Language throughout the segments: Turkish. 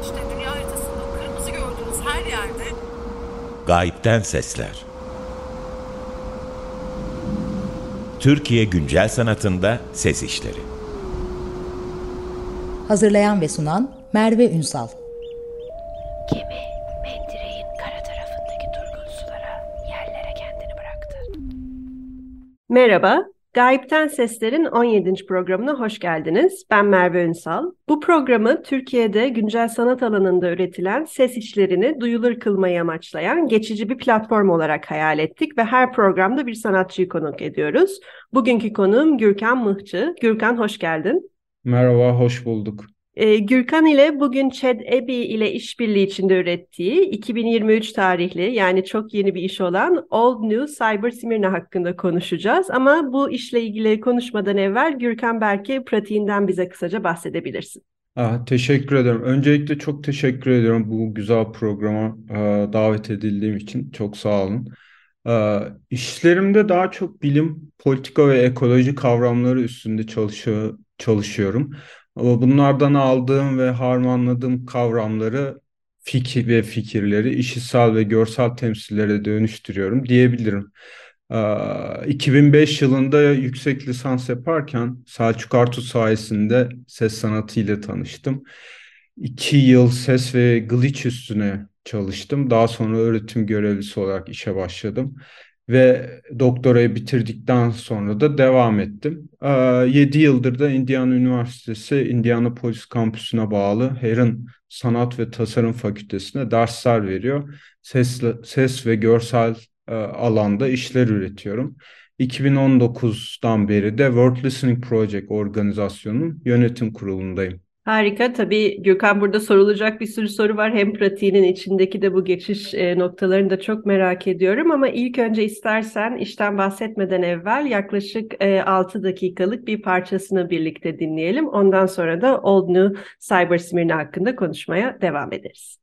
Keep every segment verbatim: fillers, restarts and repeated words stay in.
İşte dünya haritasında o kırmızı gördüğünüz her yerde Gayipten Sesler. Türkiye Güncel Sanatında Ses İşleri. Hazırlayan ve sunan Merve Ünsal. Gemi mendireğin kara tarafındaki durgun sulara, yerlere kendini bıraktı. Merhaba, Gayipten Sesler'in on yedinci programına hoş geldiniz. Ben Merve Ünsal. Bu programı Türkiye'de güncel sanat alanında üretilen ses işlerini duyulur kılmayı amaçlayan geçici bir platform olarak hayal ettik ve her programda bir sanatçıyı konuk ediyoruz. Bugünkü konuğum Gürkan Mıhçı. Gürkan, hoş geldin. Merhaba, hoş bulduk. Ee, Gürkan ile bugün Ched Abbey ile işbirliği içinde ürettiği iki bin yirmi üç tarihli, yani çok yeni bir iş olan Old New Cyber Smyrna hakkında konuşacağız. Ama bu işle ilgili konuşmadan evvel Gürkan, belki pratiğinden bize kısaca bahsedebilirsin. Ah, teşekkür ederim. Öncelikle çok teşekkür ediyorum bu güzel programa e, davet edildiğim için. Çok sağ olun. E, işlerimde daha çok bilim, politika ve ekoloji kavramları üstünde çalışıyor, çalışıyorum. Ama bunlardan aldığım ve harmanladığım kavramları, fikir ve fikirleri işitsel ve görsel temsillere dönüştürüyorum diyebilirim. Ee, iki bin beş yılında yüksek lisans yaparken Selçuk Artut sayesinde ses sanatı ile tanıştım. İki yıl ses ve glitch üstüne çalıştım. Daha sonra öğretim görevlisi olarak işe başladım. Ve doktorayı bitirdikten sonra da devam ettim. Ee, yedi yıldır da Indiana Üniversitesi Indianapolis kampüsüne bağlı Herron Sanat ve Tasarım Fakültesi'ne dersler veriyor. Ses, ses ve görsel e, alanda işler üretiyorum. iki bin on dokuzdan beri de World Listening Project organizasyonunun yönetim kurulundayım. Harika. Tabii Gürkan, burada sorulacak bir sürü soru var. Hem pratiğinin içindeki de bu geçiş e, noktalarını da çok merak ediyorum. Ama ilk önce istersen işten bahsetmeden evvel yaklaşık e, altı dakikalık bir parçasını birlikte dinleyelim. Ondan sonra da Old New Cyber Smyrna hakkında konuşmaya devam ederiz.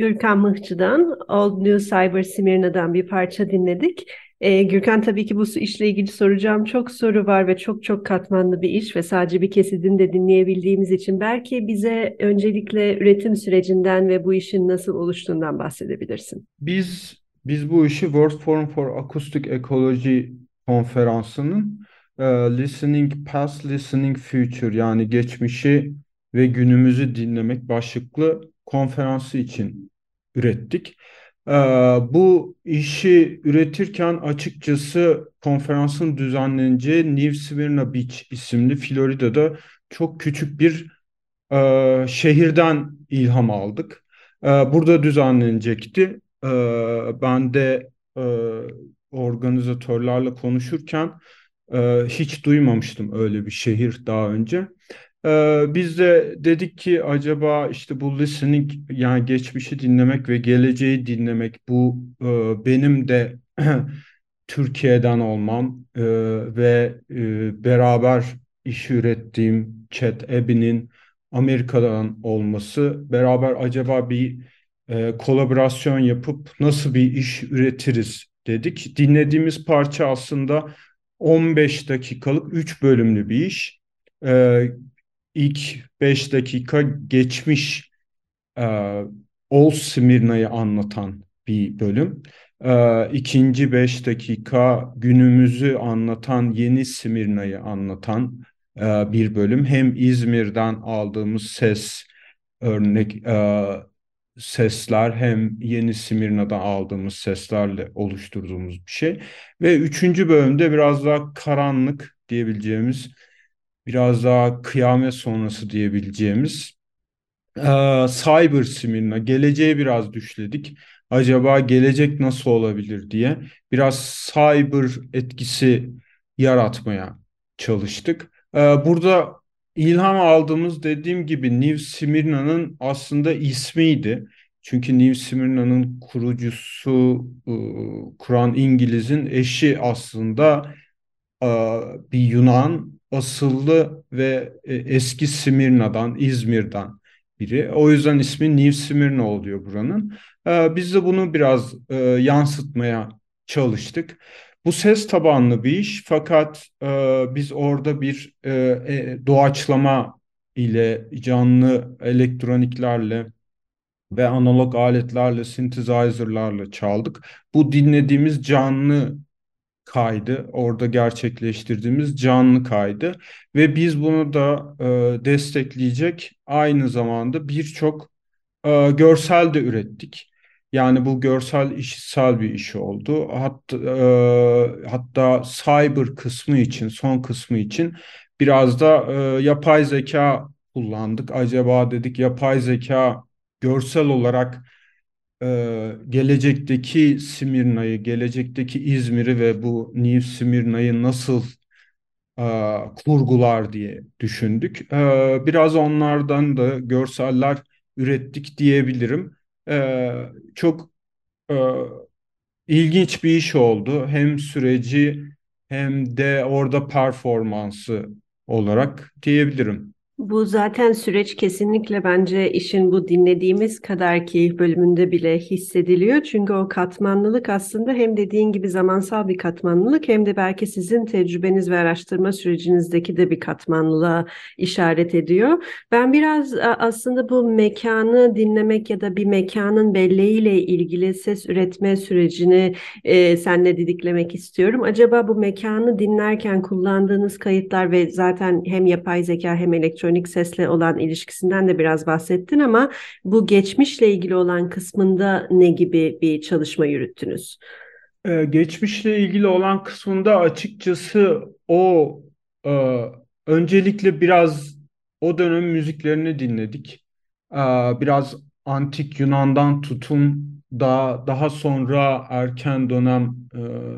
Gürkan Mıhçı'dan Old New Cyber Smirna'dan bir parça dinledik. Ee, Gürkan, tabii ki bu işle ilgili soracağım çok soru var ve çok çok katmanlı bir iş ve sadece bir kesidini de dinleyebildiğimiz için belki bize öncelikle üretim sürecinden ve bu işin nasıl oluştuğundan bahsedebilirsin. Biz biz bu işi World Forum for Acoustic Ecology konferansının e, Listening Past, Listening Future, yani geçmişi ve günümüzü dinlemek başlıklı konferansı için ürettik. E, Bu işi üretirken açıkçası konferansın düzenleneceği New Smyrna Beach isimli Florida'da çok küçük bir e, şehirden ilham aldık. E, burada düzenlenecekti. E, ben de e, organizatörlerle konuşurken e, hiç duymamıştım öyle bir şehir daha önce. E, biz de dedik ki acaba işte bu listening, yani geçmişi dinlemek ve geleceği dinlemek, bu e, benim de Türkiye'den olmam e, ve e, beraber iş ürettiğim Chet Abbey'nin Amerika'dan olması, beraber acaba bir e, kolaborasyon yapıp nasıl bir iş üretiriz dedik. Dinlediğimiz parça aslında on beş dakikalık üç bölümlü bir iş. E, ilk beş dakika geçmiş e, Old Smyrna'yı anlatan bir bölüm. E, ikinci beş dakika günümüzü anlatan, Yeni Smyrna'yı anlatan e, bir bölüm. Hem İzmir'den aldığımız ses örnek e, sesler, hem Yeni Smyrna'dan aldığımız seslerle oluşturduğumuz bir şey. Ve üçüncü bölümde biraz daha karanlık diyebileceğimiz, biraz daha kıyamet sonrası diyebileceğimiz ee, Cyber Simirna, geleceği biraz düşledik. Acaba gelecek nasıl olabilir diye biraz cyber etkisi yaratmaya çalıştık. Ee, burada ilham aldığımız, dediğim gibi, New Smyrna'nın aslında ismiydi. Çünkü New Smyrna'nın kurucusu, e, kuran İngiliz'in eşi aslında e, bir Yunan asıllı ve e, eski Simirna'dan, İzmir'den biri. O yüzden ismi New Smyrna oluyor buranın. E, Biz de bunu biraz e, yansıtmaya çalıştık. Bu ses tabanlı bir iş, fakat e, biz orada bir e, e, doğaçlama ile, canlı elektroniklerle ve analog aletlerle, synthesizer'larla çaldık. Bu dinlediğimiz canlı kaydı, orada gerçekleştirdiğimiz canlı kaydı ve biz bunu da e, destekleyecek aynı zamanda birçok e, görsel de ürettik. Yani bu görsel işitsel bir iş oldu. Hatta, e, hatta cyber kısmı için, son kısmı için biraz da e, yapay zeka kullandık. Acaba dedik, yapay zeka görsel olarak e, gelecekteki Simirna'yı, gelecekteki İzmir'i ve bu New Simirna'yı nasıl e, kurgular diye düşündük. E, biraz onlardan da görseller ürettik diyebilirim. E, çok e, ilginç bir iş oldu. Hem süreci hem de orada performansı olarak diyebilirim. Bu zaten süreç kesinlikle bence işin bu dinlediğimiz kadar keyif bölümünde bile hissediliyor. Çünkü o katmanlılık aslında hem dediğin gibi zamansal bir katmanlılık hem de belki sizin tecrübeniz ve araştırma sürecinizdeki de bir katmanlılığa işaret ediyor. Ben biraz a- aslında bu mekanı dinlemek ya da bir mekanın belleğiyle ilgili ses üretme sürecini e, seninle didiklemek istiyorum. Acaba bu mekanı dinlerken kullandığınız kayıtlar ve zaten hem yapay zeka hem elektronik sesle olan ilişkisinden de biraz bahsettin ama bu geçmişle ilgili olan kısmında ne gibi bir çalışma yürüttünüz? Ee, geçmişle ilgili olan kısmında açıkçası o e, öncelikle biraz o dönem müziklerini dinledik. Ee, Biraz antik Yunan'dan tutun da daha sonra erken dönem e,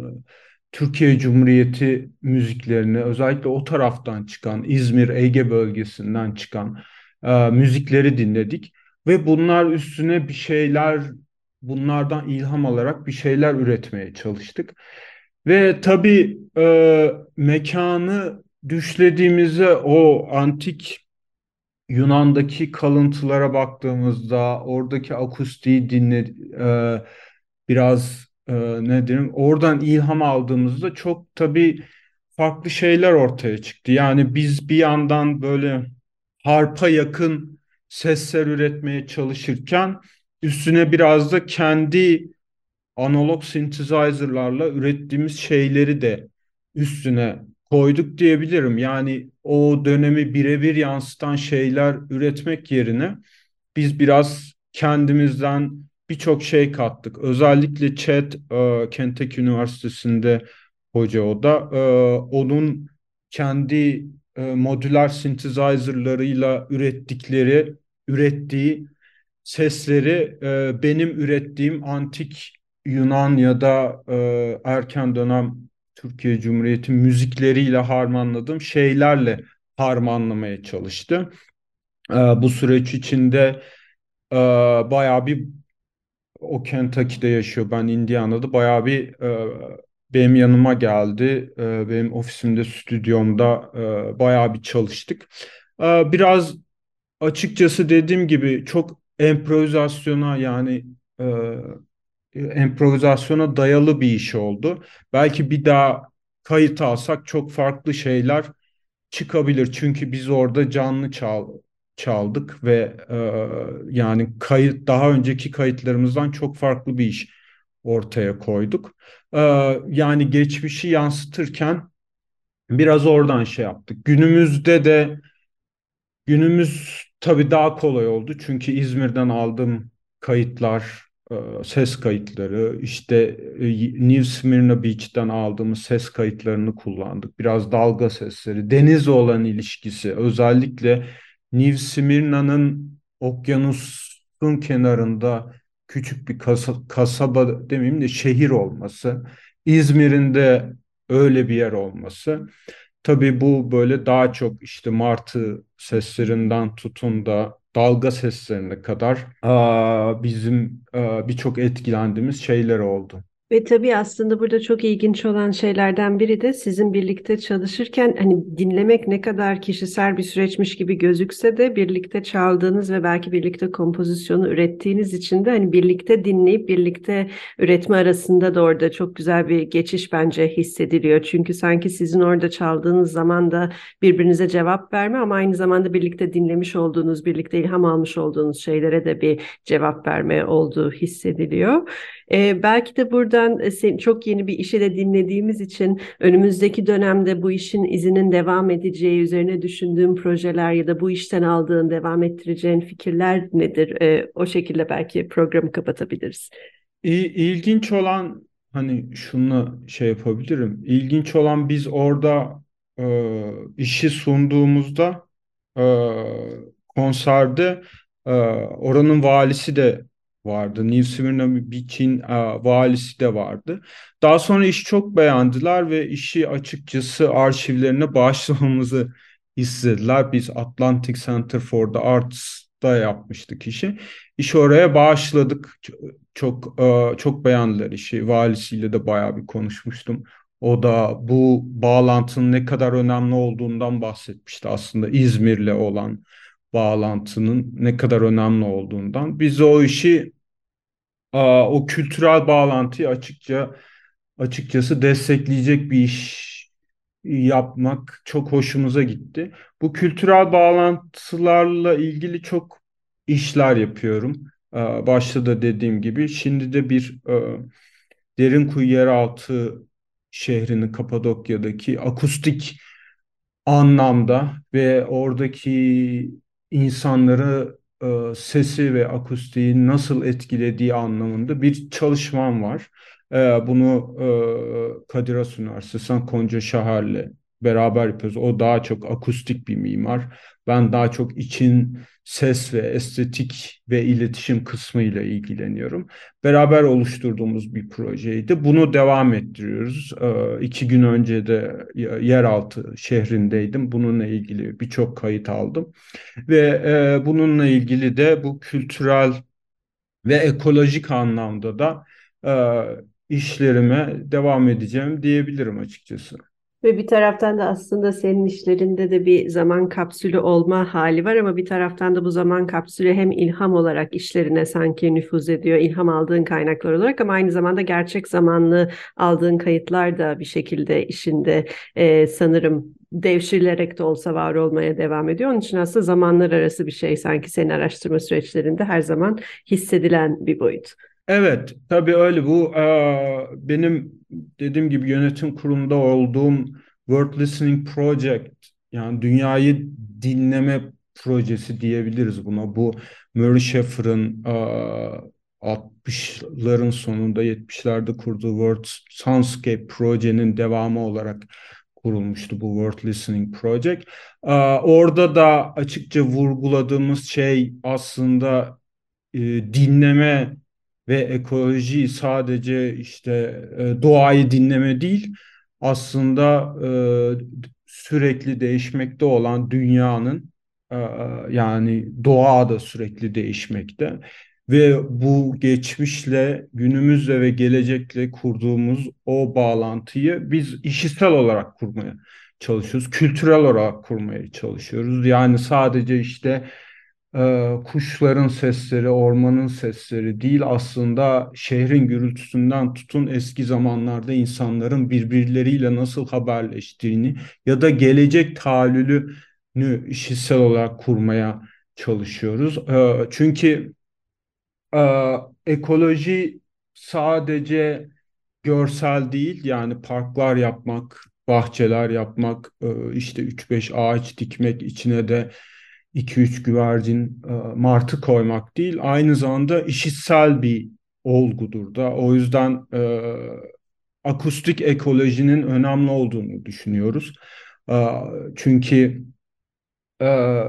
Türkiye Cumhuriyeti müziklerini, özellikle o taraftan çıkan, İzmir, Ege bölgesinden çıkan e, müzikleri dinledik ve bunlar üstüne bir şeyler, bunlardan ilham alarak bir şeyler üretmeye çalıştık. Ve tabii e, mekanı düşlediğimizde o antik Yunan'daki kalıntılara baktığımızda oradaki akustiği dinle e, biraz e, ne diyeyim oradan ilham aldığımızda çok tabii farklı şeyler ortaya çıktı. Yani biz bir yandan böyle harpa yakın sesler üretmeye çalışırken üstüne biraz da kendi analog synthesizer'larla ürettiğimiz şeyleri de üstüne koyduk diyebilirim. Yani o dönemi birebir yansıtan şeyler üretmek yerine biz biraz kendimizden birçok şey kattık. Özellikle Chet, e, Kentucky Üniversitesi'nde hoca o da. E, onun kendi e, modüler synthesizer'larıyla ürettikleri, ürettiği sesleri e, benim ürettiğim antik Yunan ya da e, erken dönem Türkiye Cumhuriyeti müzikleriyle harmanladığım şeylerle harmanlamaya çalıştı. E, bu süreç içinde e, bayağı bir o Kentucky'de yaşıyor. Ben Indiana'da bayağı bir e, benim yanıma geldi. E, benim ofisimde, stüdyomda e, bayağı bir çalıştık. E, biraz açıkçası dediğim gibi çok improvizasyona yani e, improvizasyona dayalı bir iş oldu. Belki bir daha kayıt alsak çok farklı şeyler çıkabilir. Çünkü biz orada canlı çal, çaldık ve e, yani kayıt daha önceki kayıtlarımızdan çok farklı bir iş ortaya koyduk. E, yani geçmişi yansıtırken biraz oradan şey yaptık. Günümüzde de Günümüz tabii daha kolay oldu çünkü İzmir'den aldığım kayıtlar, e, ses kayıtları, işte e, New Smyrna Beach'ten aldığımız ses kayıtlarını kullandık. Biraz dalga sesleri, denizle olan ilişkisi, özellikle New Smyrna'nın okyanusun kenarında küçük bir kasa- kasaba demeyeyim de şehir olması, İzmir'in de öyle bir yer olması. Tabii bu böyle daha çok işte martı seslerinden tutun da dalga seslerine kadar aa, bizim aa, birçok etkilendiğimiz şeyler oldu. Ve tabii aslında burada çok ilginç olan şeylerden biri de sizin birlikte çalışırken hani dinlemek ne kadar kişisel bir süreçmiş gibi gözükse de birlikte çaldığınız ve belki birlikte kompozisyonu ürettiğiniz için de hani birlikte dinleyip birlikte üretme arasında da orada çok güzel bir geçiş bence hissediliyor. Çünkü sanki sizin orada çaldığınız zaman da birbirinize cevap verme ama aynı zamanda birlikte dinlemiş olduğunuz, birlikte ilham almış olduğunuz şeylere de bir cevap verme olduğu hissediliyor. Ee, belki de buradan e, sen, çok yeni bir işi de dinlediğimiz için önümüzdeki dönemde bu işin izinin devam edeceği üzerine düşündüğün projeler ya da bu işten aldığın, devam ettireceğin fikirler nedir? Ee, o şekilde belki programı kapatabiliriz. İ- İlginç olan hani şunu şey yapabilirim. İlginç olan biz orada e, işi sunduğumuzda e, konserde e, oranın valisi de vardı. New Smyrna Beach'in e, valisi de vardı. Daha sonra işi çok beğendiler ve işi açıkçası arşivlerine bağışlamamızı istediler. Biz Atlantic Center for the Arts'ta yapmıştık işi. İşi oraya bağışladık. Çok e, çok beğendiler işi. Valisiyle de bayağı bir konuşmuştum. O da bu bağlantının ne kadar önemli olduğundan bahsetmişti aslında İzmir'le olan bağlantının ne kadar önemli olduğundan. Biz o işi e, o kültürel bağlantıyı açıkça açıkçası destekleyecek bir iş yapmak çok hoşumuza gitti. Bu kültürel bağlantılarla ilgili çok işler yapıyorum. Ee, Başta da dediğim gibi şimdi de bir e, Derinkuyu Yeraltı şehrinin Kapadokya'daki akustik anlamda ve oradaki insanları e, sesi ve akustiği nasıl etkilediği anlamında bir çalışmam var. E, bunu e, Kadir Has Üniversitesi'nden Konca Şahar'la beraber yapıyoruz. O daha çok akustik bir mimar. Ben daha çok için ses ve estetik ve iletişim kısmıyla ilgileniyorum. Beraber oluşturduğumuz bir projeydi. Bunu devam ettiriyoruz. Ee, iki gün önce de yeraltı şehrindeydim. Bununla ilgili birçok kayıt aldım. Ve e, bununla ilgili de bu kültürel ve ekolojik anlamda da e, işlerime devam edeceğim diyebilirim açıkçası. Ve bir taraftan da aslında senin işlerinde de bir zaman kapsülü olma hali var ama bir taraftan da bu zaman kapsülü hem ilham olarak işlerine sanki nüfuz ediyor, ilham aldığın kaynaklar olarak ama aynı zamanda gerçek zamanlı aldığın kayıtlar da bir şekilde işinde e, sanırım devşirilerek de olsa var olmaya devam ediyor. Onun için aslında zamanlar arası bir şey sanki senin araştırma süreçlerinde her zaman hissedilen bir boyut. Evet, tabii öyle. Bu eee, benim dediğim gibi yönetim kurulunda olduğum World Listening Project, yani dünyayı dinleme projesi diyebiliriz buna. Bu Murray Schafer'ın eee, altmışların sonunda yetmişlerde kurduğu World Soundscape Project'in devamı olarak kurulmuştu bu World Listening Project. Eee, orada da açıkça vurguladığımız şey aslında e, dinleme ve ekoloji sadece işte e, doğayı dinleme değil, aslında e, sürekli değişmekte olan dünyanın, e, yani doğa da sürekli değişmekte ve bu geçmişle, günümüzle ve gelecekle kurduğumuz o bağlantıyı biz işitsel olarak kurmaya çalışıyoruz, kültürel olarak kurmaya çalışıyoruz. Yani sadece işte e, kuşların sesleri, ormanın sesleri değil, aslında şehrin gürültüsünden tutun eski zamanlarda insanların birbirleriyle nasıl haberleştiğini ya da gelecek tahayyülünü işitsel olarak kurmaya çalışıyoruz. E, çünkü e, ekoloji sadece görsel değil, yani parklar yapmak, bahçeler yapmak, e, işte üç beş ağaç dikmek, içine de iki üç güvercin, e, martı koymak değil, aynı zamanda işitsel bir olgudur da. O yüzden e, akustik ekolojinin önemli olduğunu düşünüyoruz. E, çünkü e,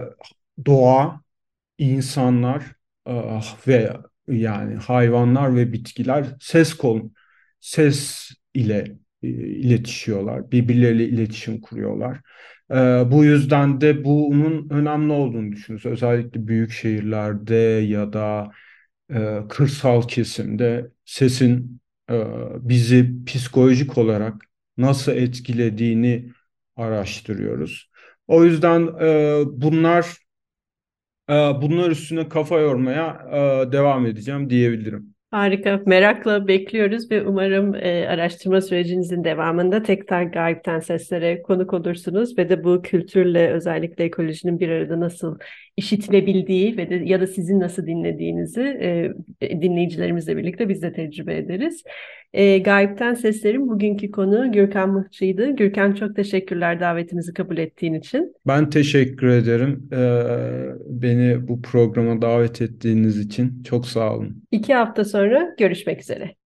doğa, insanlar ah, ve yani hayvanlar ve bitkiler ses konu ses ile e, iletişiyorlar. Birbirleriyle iletişim kuruyorlar. E, bu yüzden de bunun önemli olduğunu düşünüyoruz. Özellikle büyük şehirlerde ya da e, kırsal kesimde sesin e, bizi psikolojik olarak nasıl etkilediğini araştırıyoruz. O yüzden e, bunlar ee, bunlar üstüne kafa yormaya e, devam edeceğim diyebilirim. Harika, merakla bekliyoruz ve umarım e, araştırma sürecinizin devamında tekrar Gayipten Seslere konuk olursunuz ve de bu kültürle özellikle ekolojinin bir arada nasıl işitilebildiği ve de ya da sizin nasıl dinlediğinizi e, dinleyicilerimizle birlikte biz de tecrübe ederiz. E, Gayipten Sesler'in bugünkü konu Gürkan Mıhçı'ydı. Gürkan, çok teşekkürler davetimizi kabul ettiğin için. Ben teşekkür ederim. Ee, beni bu programa davet ettiğiniz için çok sağ olun. İki hafta sonra görüşmek üzere.